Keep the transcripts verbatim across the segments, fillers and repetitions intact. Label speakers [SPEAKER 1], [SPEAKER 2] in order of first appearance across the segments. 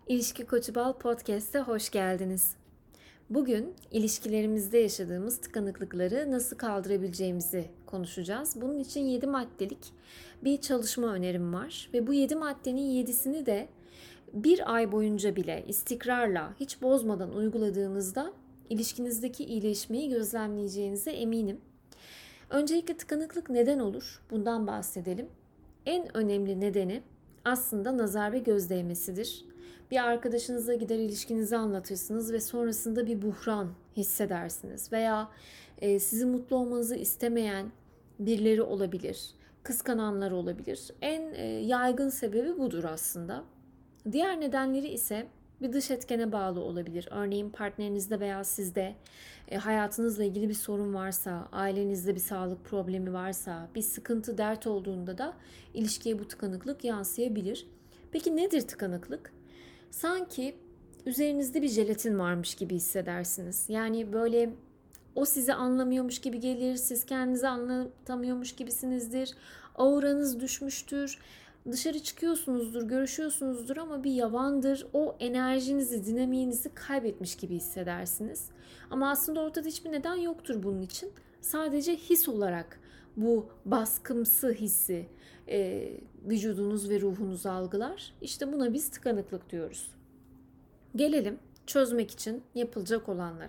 [SPEAKER 1] İlişki Koçu Bal Podcast'e hoş geldiniz. Bugün ilişkilerimizde yaşadığımız tıkanıklıkları nasıl kaldırabileceğimizi konuşacağız. Bunun için yedi maddelik bir çalışma önerim var ve bu yedi maddenin yedisini de bir ay boyunca bile istikrarla hiç bozmadan uyguladığınızda ilişkinizdeki iyileşmeyi gözlemleyeceğinize eminim. Öncelikle tıkanıklık neden olur? Bundan bahsedelim. En önemli nedeni aslında nazar ve göz değmesidir. Bir arkadaşınıza gider ilişkinizi anlatırsınız ve sonrasında bir buhran hissedersiniz. Veya e, sizin mutlu olmanızı istemeyen birileri olabilir, kıskananlar olabilir. En e, yaygın sebebi budur aslında. Diğer nedenleri ise bir dış etkene bağlı olabilir. Örneğin partnerinizde veya sizde e, hayatınızla ilgili bir sorun varsa, ailenizde bir sağlık problemi varsa, bir sıkıntı, dert olduğunda da ilişkiye bu tıkanıklık yansıyabilir. Peki nedir tıkanıklık? Sanki üzerinizde bir jelatin varmış gibi hissedersiniz. Yani böyle o sizi anlamıyormuş gibi gelir, siz kendinizi anlatamıyormuş gibisinizdir. Auranız düşmüştür. Dışarı çıkıyorsunuzdur, görüşüyorsunuzdur ama bir yavandır. O enerjinizi, dinamiğinizi kaybetmiş gibi hissedersiniz. Ama aslında ortada hiçbir neden yoktur bunun için. Sadece his olarak bu baskımsı hissi e, vücudunuz ve ruhunuz algılar. İşte buna biz tıkanıklık diyoruz. Gelelim çözmek için yapılacak olanlara.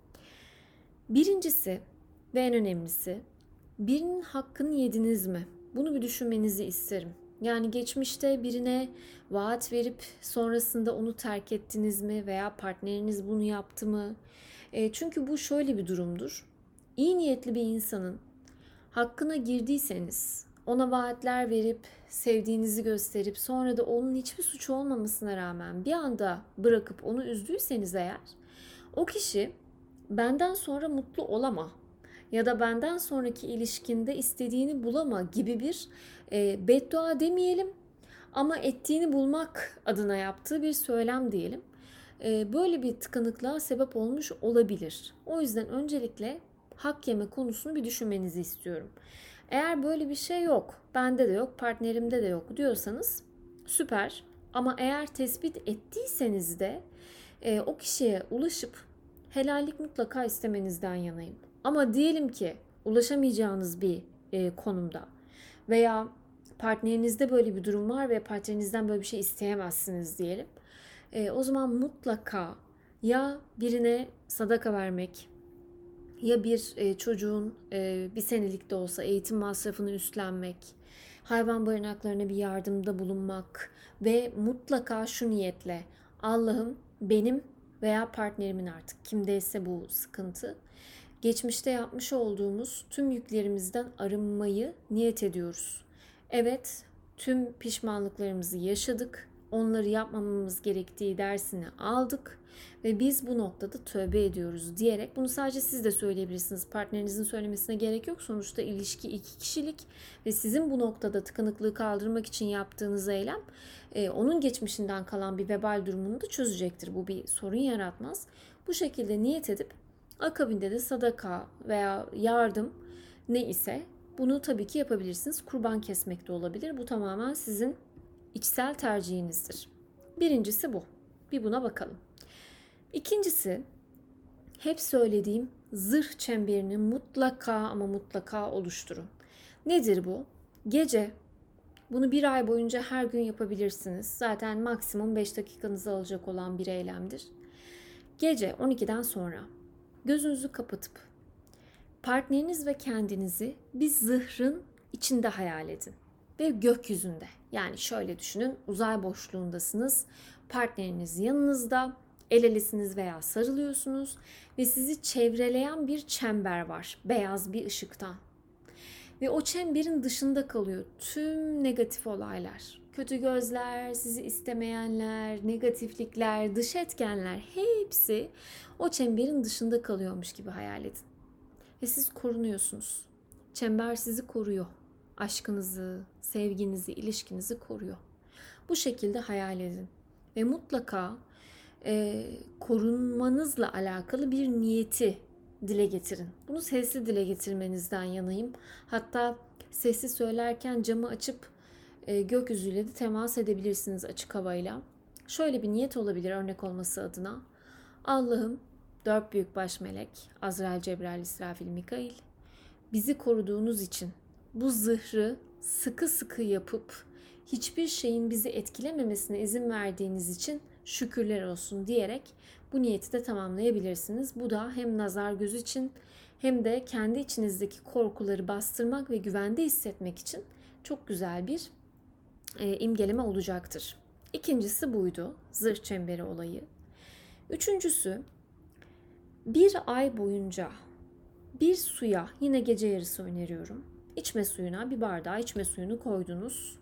[SPEAKER 1] Birincisi ve en önemlisi, birinin hakkını yediniz mi? Bunu bir düşünmenizi isterim. Yani geçmişte birine vaat verip sonrasında onu terk ettiniz mi veya partneriniz bunu yaptı mı? E, çünkü bu şöyle bir durumdur. İyi niyetli bir insanın hakkına girdiyseniz, ona vaatler verip sevdiğinizi gösterip sonra da onun hiçbir suçu olmamasına rağmen bir anda bırakıp onu üzdüyseniz eğer, o kişi benden sonra mutlu olama ya da benden sonraki ilişkinde istediğini bulama gibi bir e, beddua demeyelim ama ettiğini bulmak adına yaptığı bir söylem diyelim. E, böyle bir tıkanıklığa sebep olmuş olabilir. O yüzden öncelikle hak yeme konusunu bir düşünmenizi istiyorum. Eğer böyle bir şey yok, bende de yok, partnerimde de yok diyorsanız süper. Ama eğer tespit ettiyseniz de e, o kişiye ulaşıp helallik mutlaka istemenizden yanayım. Ama diyelim ki ulaşamayacağınız bir e, konumda veya partnerinizde böyle bir durum var ve partnerinizden böyle bir şey isteyemezsiniz diyelim. E, o zaman mutlaka ya birine sadaka vermek, ya bir e, çocuğun e, bir senelik de olsa eğitim masrafını üstlenmek, hayvan barınaklarına bir yardımda bulunmak ve mutlaka şu niyetle: Allah'ım benim veya partnerimin, artık kimdeyse bu sıkıntı, geçmişte yapmış olduğumuz tüm yüklerimizden arınmayı niyet ediyoruz. Evet, tüm pişmanlıklarımızı yaşadık. Onları yapmamamız gerektiği dersini aldık ve biz bu noktada tövbe ediyoruz diyerek, bunu sadece siz de söyleyebilirsiniz. Partnerinizin söylemesine gerek yok. Sonuçta ilişki iki kişilik ve sizin bu noktada tıkanıklığı kaldırmak için yaptığınız eylem e, onun geçmişinden kalan bir vebal durumunu da çözecektir. Bu bir sorun yaratmaz. Bu şekilde niyet edip akabinde de sadaka veya yardım ne ise bunu tabii ki yapabilirsiniz. Kurban kesmek de olabilir. Bu tamamen sizin içsel tercihinizdir. Birincisi bu. Bir buna bakalım. İkincisi, hep söylediğim zırh çemberini mutlaka ama mutlaka oluşturun. Nedir bu? Gece, bunu bir ay boyunca her gün yapabilirsiniz. Zaten maksimum beş dakikanızı alacak olan bir eylemdir. Gece on ikiden sonra gözünüzü kapatıp partneriniz ve kendinizi bir zırhın içinde hayal edin. Ve gökyüzünde, yani şöyle düşünün, uzay boşluğundasınız. Partneriniz yanınızda, el elesiniz veya sarılıyorsunuz ve sizi çevreleyen bir çember var, beyaz bir ışıktan. Ve o çemberin dışında kalıyor tüm negatif olaylar. Kötü gözler, sizi istemeyenler, negatiflikler, dış etkenler, hepsi o çemberin dışında kalıyormuş gibi hayal edin. Ve siz korunuyorsunuz. Çember sizi koruyor. Aşkınızı, sevginizi, ilişkinizi koruyor. Bu şekilde hayal edin. Ve mutlaka e, korunmanızla alakalı bir niyeti dile getirin. Bunu sesli dile getirmenizden yanayım. Hatta sessiz söylerken camı açıp e, gökyüzüyle de temas edebilirsiniz, açık havayla. Şöyle bir niyet olabilir örnek olması adına. Allah'ım, dört büyük baş melek, Azrail, Cebrail, İsrafil, Mikail, bizi koruduğunuz için bu zırhı sıkı sıkı yapıp hiçbir şeyin bizi etkilememesine izin verdiğiniz için şükürler olsun diyerek bu niyeti de tamamlayabilirsiniz. Bu da hem nazar gözü için hem de kendi içinizdeki korkuları bastırmak ve güvende hissetmek için çok güzel bir e, imgeleme olacaktır. İkincisi buydu, zırh çemberi olayı. Üçüncüsü, bir ay boyunca bir suya, yine gece yarısı öneriyorum, İçme suyuna, bir bardağa içme suyunu koydunuz.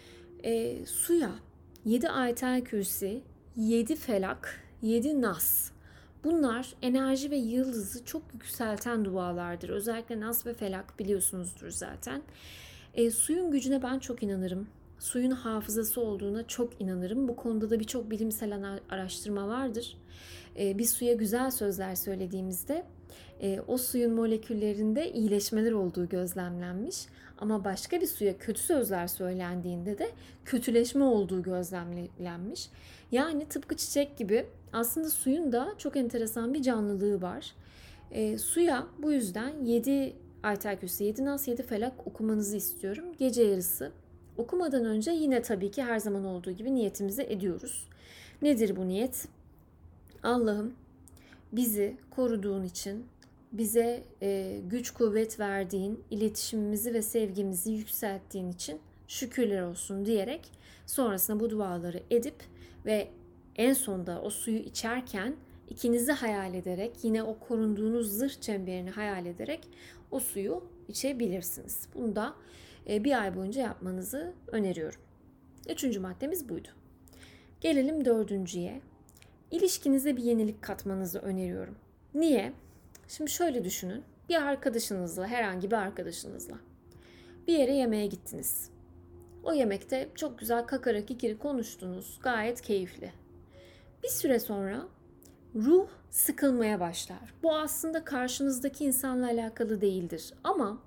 [SPEAKER 1] E, suya yedi ayetel kürsi, yedi felak, yedi nas. Bunlar enerji ve yıldızı çok yükselten dualardır. Özellikle nas ve felak biliyorsunuzdur zaten. E, suyun gücüne ben çok inanırım. Suyun hafızası olduğuna çok inanırım. Bu konuda da birçok bilimsel araştırma vardır. E, bir suya güzel sözler söylediğimizde e, o suyun moleküllerinde iyileşmeler olduğu gözlemlenmiş. Ama başka bir suya kötü sözler söylendiğinde de kötüleşme olduğu gözlemlenmiş. Yani tıpkı çiçek gibi aslında suyun da çok enteresan bir canlılığı var. E, suya bu yüzden yedi Ayetel Kürsi, yedi Nas, yedi Felak okumanızı istiyorum. Gece yarısı. Okumadan önce yine tabii ki her zaman olduğu gibi niyetimizi ediyoruz. Nedir bu niyet? Allah'ım, bizi koruduğun için, bize e, güç kuvvet verdiğin, iletişimimizi ve sevgimizi yükselttiğin için şükürler olsun diyerek sonrasında bu duaları edip ve en sonda o suyu içerken ikinizi hayal ederek, yine o korunduğunuz zırh çemberini hayal ederek o suyu içebilirsiniz. Bunu da e, bir ay boyunca yapmanızı öneriyorum. Üçüncü maddemiz buydu. Gelelim dördüncüye. İlişkinize bir yenilik katmanızı öneriyorum. Niye? Şimdi şöyle düşünün. Bir arkadaşınızla, herhangi bir arkadaşınızla bir yere yemeğe gittiniz. O yemekte çok güzel kakara kikiri konuştunuz. Gayet keyifli. Bir süre sonra ruh sıkılmaya başlar. Bu aslında karşınızdaki insanla alakalı değildir. Ama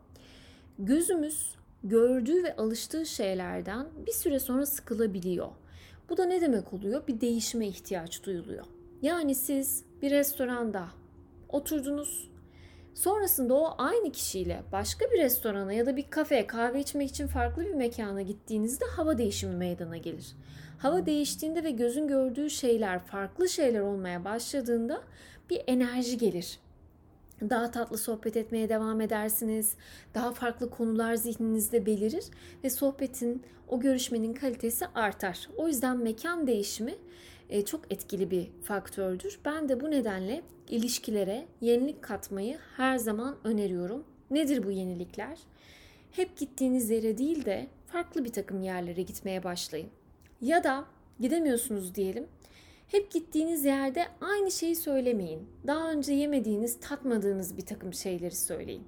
[SPEAKER 1] gözümüz gördüğü ve alıştığı şeylerden bir süre sonra sıkılabiliyor. Bu da ne demek oluyor? Bir değişime ihtiyaç duyuluyor. Yani siz bir restoranda oturdunuz. Sonrasında o aynı kişiyle başka bir restorana ya da bir kafeye kahve içmek için farklı bir mekana gittiğinizde hava değişimi meydana gelir. Hava değiştiğinde ve gözün gördüğü şeyler farklı şeyler olmaya başladığında bir enerji gelir. Daha tatlı sohbet etmeye devam edersiniz. Daha farklı konular zihninizde belirir ve sohbetin, o görüşmenin kalitesi artar. O yüzden mekan değişimi çok etkili bir faktördür. Ben de bu nedenle ilişkilere yenilik katmayı her zaman öneriyorum. Nedir bu yenilikler? Hep gittiğiniz yere değil de farklı bir takım yerlere gitmeye başlayın. Ya da gidemiyorsunuz diyelim. Hep gittiğiniz yerde aynı şeyi söylemeyin. Daha önce yemediğiniz, tatmadığınız bir takım şeyleri söyleyin.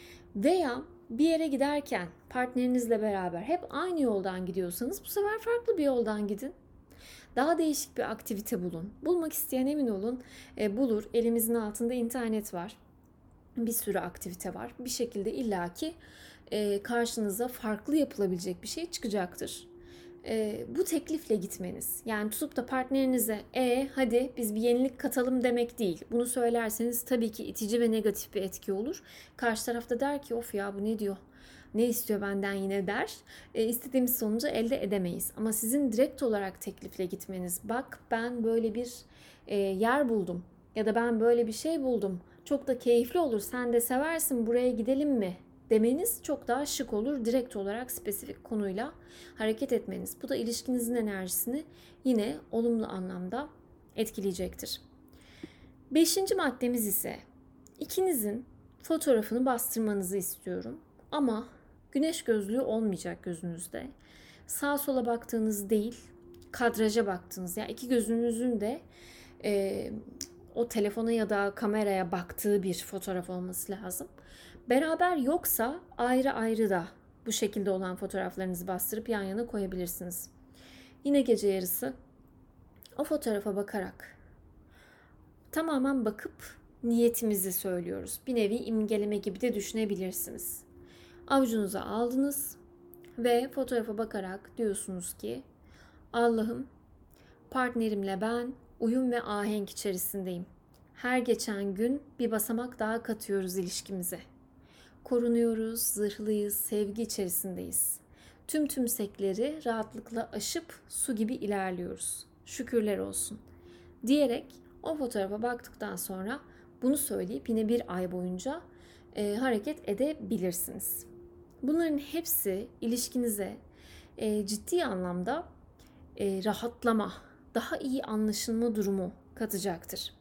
[SPEAKER 1] Veya bir yere giderken partnerinizle beraber hep aynı yoldan gidiyorsanız bu sefer farklı bir yoldan gidin. Daha değişik bir aktivite bulun. Bulmak isteyen emin olun e, bulur. Elimizin altında internet var. Bir sürü aktivite var. Bir şekilde illaki e, karşınıza farklı yapılabilecek bir şey çıkacaktır. E, bu teklifle gitmeniz, yani tutup da partnerinize e hadi biz bir yenilik katalım demek değil. Bunu söylerseniz tabii ki itici ve negatif bir etki olur. Karşı tarafta der ki of ya bu ne diyor, ne istiyor benden yine der. E, istediğimiz sonucu elde edemeyiz. Ama sizin direkt olarak teklifle gitmeniz, bak ben böyle bir e, yer buldum ya da ben böyle bir şey buldum, çok da keyifli olur, sen de seversin, buraya gidelim mi demeniz çok daha şık olur. Direkt olarak spesifik konuyla hareket etmeniz. Bu da ilişkinizin enerjisini yine olumlu anlamda etkileyecektir. Beşinci maddemiz ise ikinizin fotoğrafını bastırmanızı istiyorum. Ama güneş gözlüğü olmayacak gözünüzde. Sağa sola baktığınız değil, kadraja baktığınız, yani iki gözünüzün de e, o telefona ya da kameraya baktığı bir fotoğraf olması lazım. Beraber yoksa ayrı ayrı da bu şekilde olan fotoğraflarınızı bastırıp yan yana koyabilirsiniz. Yine gece yarısı o fotoğrafa bakarak tamamen bakıp niyetimizi söylüyoruz. Bir nevi imgeleme gibi de düşünebilirsiniz. Avucunuza aldınız ve fotoğrafa bakarak diyorsunuz ki Allah'ım Partnerimle ben uyum ve ahenk içerisindeyim. Her geçen gün bir basamak daha katıyoruz ilişkimize. Korunuyoruz, zırhlıyız, sevgi içerisindeyiz. Tüm tümsekleri rahatlıkla aşıp su gibi ilerliyoruz. Şükürler olsun. Diyerek o fotoğrafa baktıktan sonra bunu söyleyip yine bir ay boyunca e, hareket edebilirsiniz. Bunların hepsi ilişkinize e, ciddi anlamda e, rahatlama, daha iyi anlaşılma durumu katacaktır.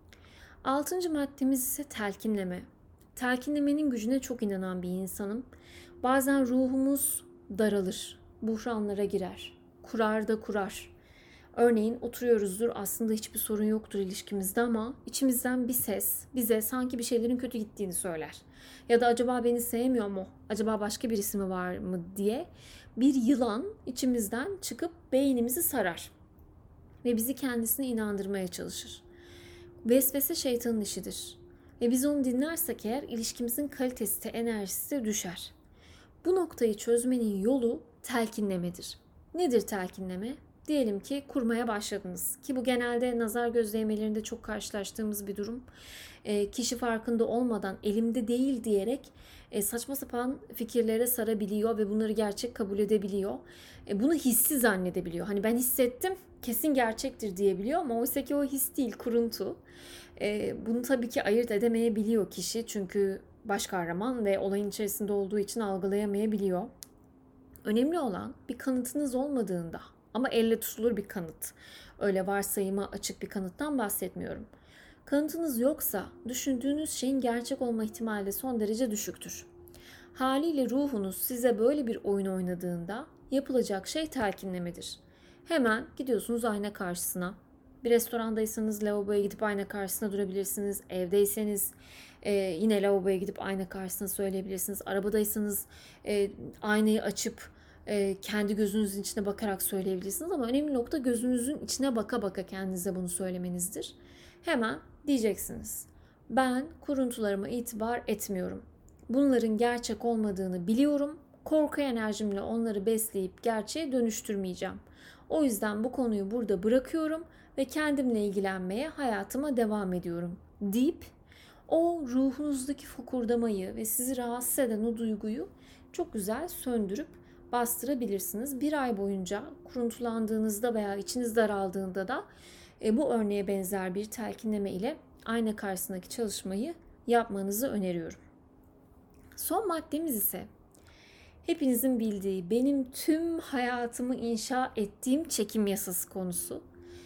[SPEAKER 1] Altıncı maddemiz ise telkinleme. Telkinlemenin gücüne çok inanan bir insanım. Bazen ruhumuz daralır, buhranlara girer, kurar da kurar. Örneğin oturuyoruzdur, aslında hiçbir sorun yoktur ilişkimizde ama içimizden bir ses bize sanki bir şeylerin kötü gittiğini söyler. Ya da acaba beni sevmiyor mu, acaba başka birisi mi var mı diye bir yılan içimizden çıkıp beynimizi sarar ve bizi kendisine inandırmaya çalışır. Vesvese şeytanın işidir ve biz onu dinlersek eğer ilişkimizin kalitesi de enerjisi de düşer. Bu noktayı çözmenin yolu telkinlemedir. Nedir telkinleme? Diyelim ki kurmaya başladınız ki bu genelde nazar göz değmelerinde çok karşılaştığımız bir durum. E, kişi farkında olmadan elimde değil diyerek e, saçma sapan fikirlere sarabiliyor ve bunları gerçek kabul edebiliyor. E, bunu hissi zannedebiliyor. Hani ben hissettim kesin gerçektir diyebiliyor ama oysa ki o his değil, kuruntu. E, bunu tabii ki ayırt edemeyebiliyor kişi çünkü baş kahraman ve olayın içerisinde olduğu için algılayamayabiliyor. Önemli olan bir kanıtınız olmadığında ama elle tutulur bir kanıt. Öyle varsayıma açık bir kanıttan bahsetmiyorum. Kanıtınız yoksa düşündüğünüz şeyin gerçek olma ihtimali de son derece düşüktür. Haliyle ruhunuz size böyle bir oyun oynadığında yapılacak şey telkinlemedir. Hemen gidiyorsunuz ayna karşısına. Bir restorandaysanız lavaboya gidip ayna karşısına durabilirsiniz. Evdeyseniz e, yine lavaboya gidip ayna karşısına söyleyebilirsiniz. Arabadaysanız e, aynayı açıp e, kendi gözünüzün içine bakarak söyleyebilirsiniz. Ama önemli nokta gözünüzün içine baka baka kendinize bunu söylemenizdir. Hemen diyeceksiniz. Ben kuruntularıma itibar etmiyorum. Bunların gerçek olmadığını biliyorum. Korku enerjimle onları besleyip gerçeğe dönüştürmeyeceğim. O yüzden bu konuyu burada bırakıyorum ve kendimle ilgilenmeye, hayatıma devam ediyorum deyip o ruhunuzdaki fokurdamayı ve sizi rahatsız eden o duyguyu çok güzel söndürüp bastırabilirsiniz. Bir ay boyunca kuruntulandığınızda veya içiniz daraldığında da e, bu örneğe benzer bir telkinleme ile ayna karşısındaki çalışmayı yapmanızı öneriyorum. Son maddemiz ise hepinizin bildiği, benim tüm hayatımı inşa ettiğim çekim yasası konusu.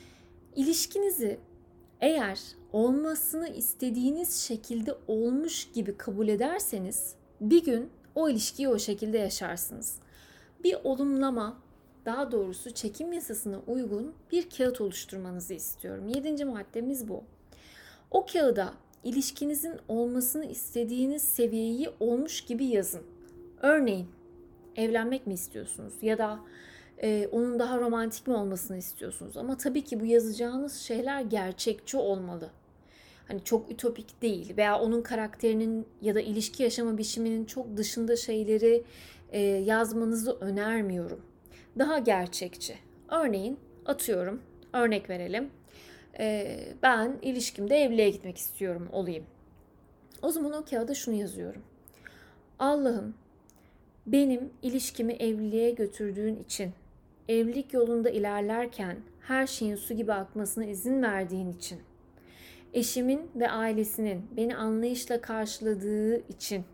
[SPEAKER 1] İlişkinizi eğer olmasını istediğiniz şekilde olmuş gibi kabul ederseniz bir gün o ilişkiyi o şekilde yaşarsınız. Bir olumlama, daha doğrusu çekim yasasına uygun bir kağıt oluşturmanızı istiyorum. Yedinci maddemiz bu. O kağıda ilişkinizin olmasını istediğiniz seviyeyi olmuş gibi yazın. Örneğin evlenmek mi istiyorsunuz ya da e, onun daha romantik mi olmasını istiyorsunuz? Ama tabii ki bu yazacağınız şeyler gerçekçi olmalı. Hani çok ütopik değil veya onun karakterinin ya da ilişki yaşama biçiminin çok dışında şeyleri e, yazmanızı önermiyorum. Daha gerçekçi. Örneğin atıyorum, örnek verelim. E, ben ilişkimde evliliğe gitmek istiyorum olayım. O zaman o kağıda şunu yazıyorum. Allah'ım, benim ilişkimi evliliğe götürdüğün için, evlilik yolunda ilerlerken her şeyin su gibi akmasına izin verdiğin için, eşimin ve ailesinin beni anlayışla karşıladığı için,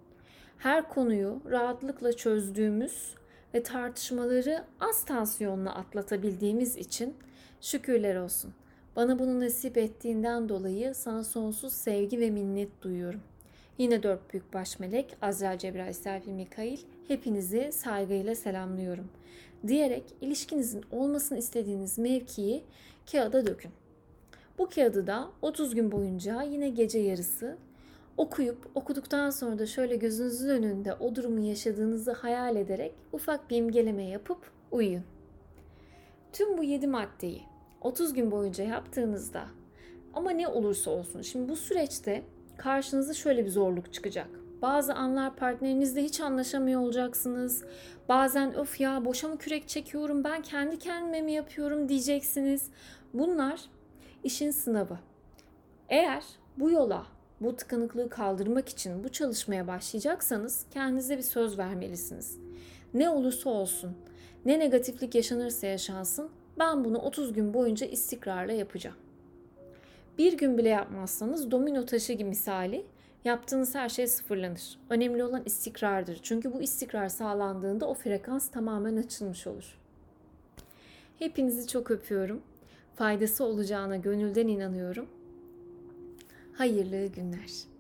[SPEAKER 1] her konuyu rahatlıkla çözdüğümüz ve tartışmaları az tansiyonla atlatabildiğimiz için şükürler olsun. Bana bunu nasip ettiğinden dolayı sana sonsuz sevgi ve minnet duyuyorum. Yine dört büyük baş melek Azrail, Cebrail, İsrafil, Mikail hepinizi saygıyla selamlıyorum diyerek ilişkinizin olmasını istediğiniz mevkiyi kağıda dökün. Bu kağıdı da otuz gün boyunca yine gece yarısı okuyup okuduktan sonra da şöyle gözünüzün önünde o durumu yaşadığınızı hayal ederek ufak bir imgeleme yapıp uyuyun. Tüm bu yedi maddeyi otuz gün boyunca yaptığınızda ama ne olursa olsun şimdi bu süreçte karşınıza şöyle bir zorluk çıkacak. Bazı anlar partnerinizle hiç anlaşamıyor olacaksınız. Bazen öf ya boşa mı kürek çekiyorum, ben kendi kendime mi yapıyorum diyeceksiniz. Bunlar işin sınavı. Eğer bu yola, bu tıkanıklığı kaldırmak için bu çalışmaya başlayacaksanız kendinize bir söz vermelisiniz. Ne olursa olsun, ne negatiflik yaşanırsa yaşansın, ben bunu otuz gün boyunca istikrarla yapacağım. Bir gün bile yapmazsanız domino taşı gibi misali yaptığınız her şey sıfırlanır. Önemli olan istikrardır. Çünkü bu istikrar sağlandığında o frekans tamamen açılmış olur. Hepinizi çok öpüyorum. Faydası olacağına gönülden inanıyorum. Hayırlı günler.